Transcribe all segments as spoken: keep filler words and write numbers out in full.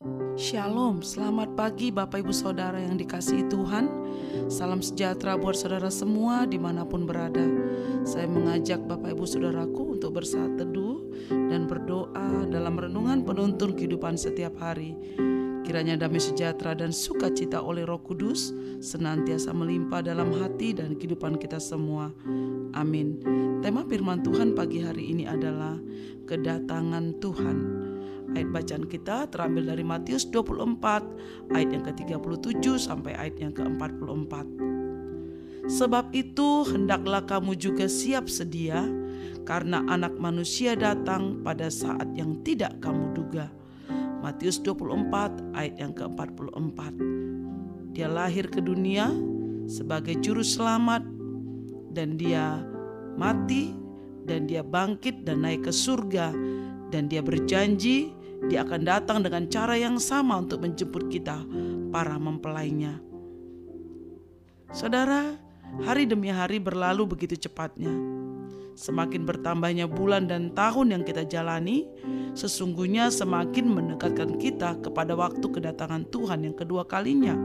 Shalom, selamat pagi Bapak Ibu Saudara yang dikasihi Tuhan. Salam sejahtera buat saudara semua dimanapun berada. Saya mengajak Bapak Ibu Saudaraku untuk bersaat teduh dan berdoa dalam renungan penuntun kehidupan setiap hari. Kiranya damai sejahtera dan sukacita oleh Roh Kudus senantiasa melimpah dalam hati dan kehidupan kita semua. Amin. Tema firman Tuhan pagi hari ini adalah kedatangan Tuhan. Ayat bacaan kita terambil dari Matius dua puluh empat ayat yang ke tiga puluh tujuh sampai ayat yang ke empat puluh empat. Sebab itu hendaklah kamu juga siap sedia, karena Anak Manusia datang pada saat yang tidak kamu duga. Matius dua puluh empat ayat yang ke empat puluh empat. Dia lahir ke dunia sebagai juru selamat, dan dia mati, dan dia bangkit dan naik ke surga, dan dia berjanji dia akan datang dengan cara yang sama untuk menjemput kita, para mempelainya. Saudara, hari demi hari berlalu begitu cepatnya. Semakin bertambahnya bulan dan tahun yang kita jalani, sesungguhnya semakin mendekatkan kita kepada waktu kedatangan Tuhan yang kedua kalinya.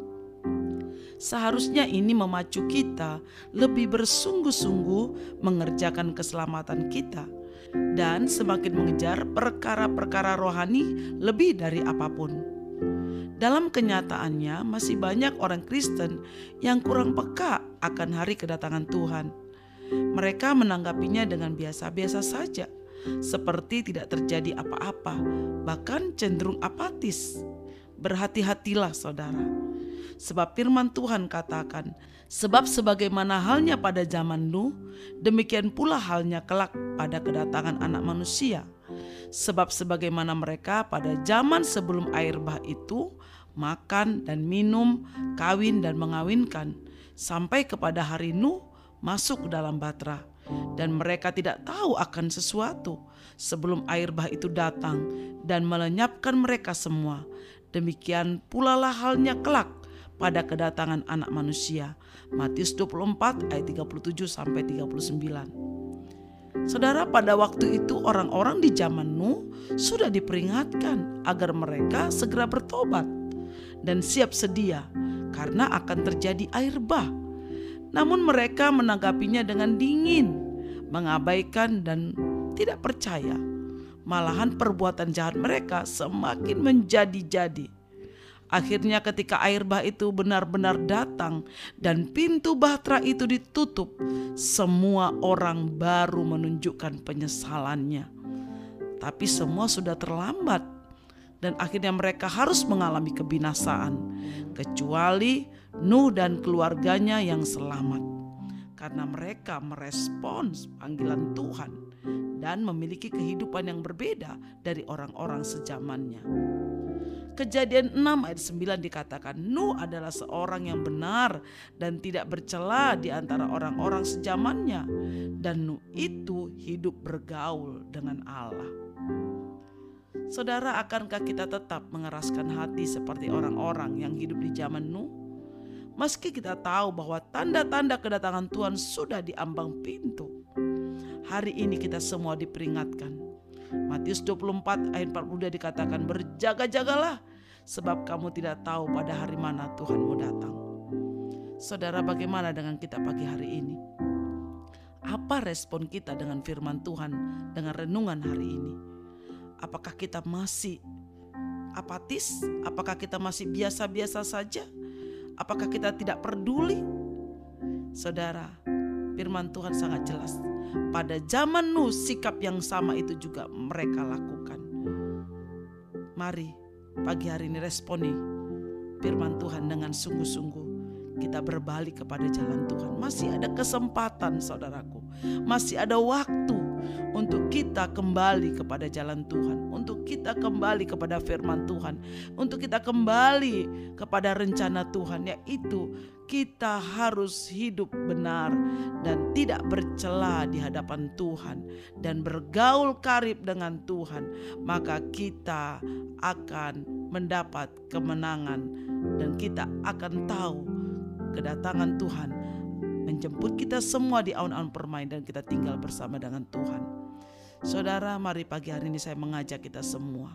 Seharusnya ini memacu kita lebih bersungguh-sungguh mengerjakan keselamatan kita dan semakin mengejar perkara-perkara rohani lebih dari apapun. Dalam kenyataannya masih banyak orang Kristen yang kurang peka akan hari kedatangan Tuhan. Mereka menanggapinya dengan biasa-biasa saja, seperti tidak terjadi apa-apa, bahkan cenderung apatis. Berhati-hatilah saudara, sebab firman Tuhan katakan, sebab sebagaimana halnya pada zaman Nuh, demikian pula halnya kelak pada kedatangan Anak Manusia. Sebab sebagaimana mereka pada zaman sebelum air bah itu makan dan minum, kawin dan mengawinkan, sampai kepada hari Nuh masuk ke dalam batra, dan mereka tidak tahu akan sesuatu sebelum air bah itu datang dan melenyapkan mereka semua. Demikian pula lah halnya kelak pada kedatangan Anak Manusia. Matius dua puluh empat ayat tiga puluh tujuh sampai tiga puluh sembilan. Saudara, pada waktu itu orang-orang di zaman Nuh sudah diperingatkan agar mereka segera bertobat dan siap sedia karena akan terjadi air bah. Namun mereka menanggapinya dengan dingin, mengabaikan dan tidak percaya. Malahan perbuatan jahat mereka semakin menjadi-jadi. Akhirnya ketika air bah itu benar-benar datang dan pintu bahtera itu ditutup, semua orang baru menunjukkan penyesalannya. Tapi semua sudah terlambat dan akhirnya mereka harus mengalami kebinasaan, kecuali Nuh dan keluarganya yang selamat. Karena mereka merespons panggilan Tuhan dan memiliki kehidupan yang berbeda dari orang-orang sezamannya. Kejadian enam ayat sembilan dikatakan, Nuh adalah seorang yang benar dan tidak bercela di antara orang-orang sezamannya, dan Nuh itu hidup bergaul dengan Allah. Saudara, akankah kita tetap mengeraskan hati seperti orang-orang yang hidup di zaman Nuh? Meski kita tahu bahwa tanda-tanda kedatangan Tuhan sudah di ambang pintu, hari ini kita semua diperingatkan. Matius dua puluh empat ayat empat puluh dua dikatakan, berjaga-jagalah sebab kamu tidak tahu pada hari mana Tuhanmu datang. Saudara, bagaimana dengan kita pagi hari ini? Apa respon kita dengan firman Tuhan, dengan renungan hari ini? Apakah kita masih apatis? Apakah kita masih biasa-biasa saja? Apakah kita tidak peduli? Saudara, firman Tuhan sangat jelas. Pada zaman Nuh, sikap yang sama itu juga mereka lakukan. Mari pagi hari ini responi firman Tuhan dengan sungguh-sungguh. Kita berbalik kepada jalan Tuhan. Masih ada kesempatan saudaraku. Masih ada waktu untuk kita kembali kepada jalan Tuhan, untuk kita kembali kepada firman Tuhan, untuk kita kembali kepada rencana Tuhan, yaitu kita harus hidup benar dan tidak bercela di hadapan Tuhan dan bergaul karib dengan Tuhan. Maka kita akan mendapat kemenangan dan kita akan tahu kedatangan Tuhan menjemput kita semua di aun-aun permai dan kita tinggal bersama dengan Tuhan. Saudara, mari pagi hari ini saya mengajak kita semua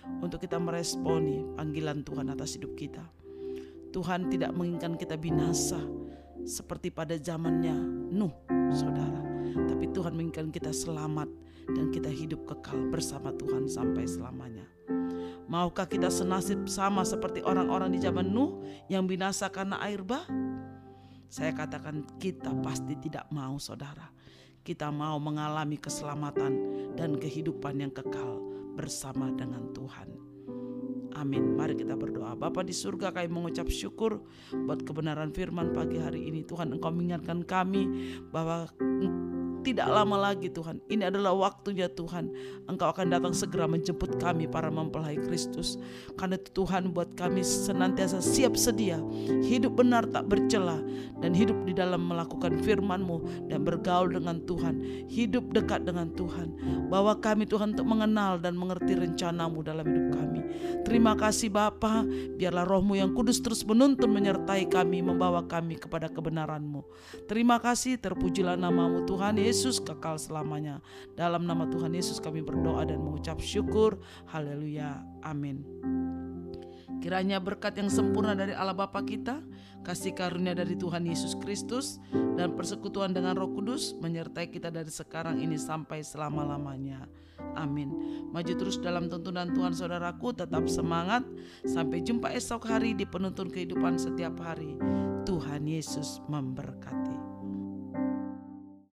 untuk kita meresponi panggilan Tuhan atas hidup kita. Tuhan tidak menginginkan kita binasa seperti pada zamannya Nuh, saudara. Tapi Tuhan menginginkan kita selamat dan kita hidup kekal bersama Tuhan sampai selamanya. Maukah kita senasib sama seperti orang-orang di zaman Nuh yang binasa karena air bah? Saya katakan kita pasti tidak mau, saudara. Kita mau mengalami keselamatan dan kehidupan yang kekal bersama dengan Tuhan. Amin. Mari kita berdoa. Bapa di surga, kami mengucap syukur buat kebenaran firman pagi hari ini. Tuhan, Engkau mengingatkan kami bahwa tidak lama lagi Tuhan, ini adalah waktunya Tuhan. Engkau akan datang segera menjemput kami para mempelai Kristus. Karena itu Tuhan, buat kami senantiasa siap sedia, hidup benar tak bercela, dan hidup di dalam melakukan firman-Mu dan bergaul dengan Tuhan, hidup dekat dengan Tuhan. Bawa kami Tuhan untuk mengenal dan mengerti rencana-Mu dalam hidup kami. Terima kasih Bapa, biarlah Roh-Mu yang kudus terus menuntun menyertai kami, membawa kami kepada kebenaran-Mu. Terima kasih, terpujilah nama-Mu Tuhan Yesus kekal selamanya. Dalam nama Tuhan Yesus kami berdoa dan mengucap syukur. Haleluya. Amin. Kiranya berkat yang sempurna dari Allah Bapa kita, kasih karunia dari Tuhan Yesus Kristus, dan persekutuan dengan Roh Kudus menyertai kita dari sekarang ini sampai selama-lamanya. Amin. Maju terus dalam tuntunan Tuhan saudaraku, tetap semangat. Sampai jumpa esok hari di penuntun kehidupan setiap hari. Tuhan Yesus memberkati.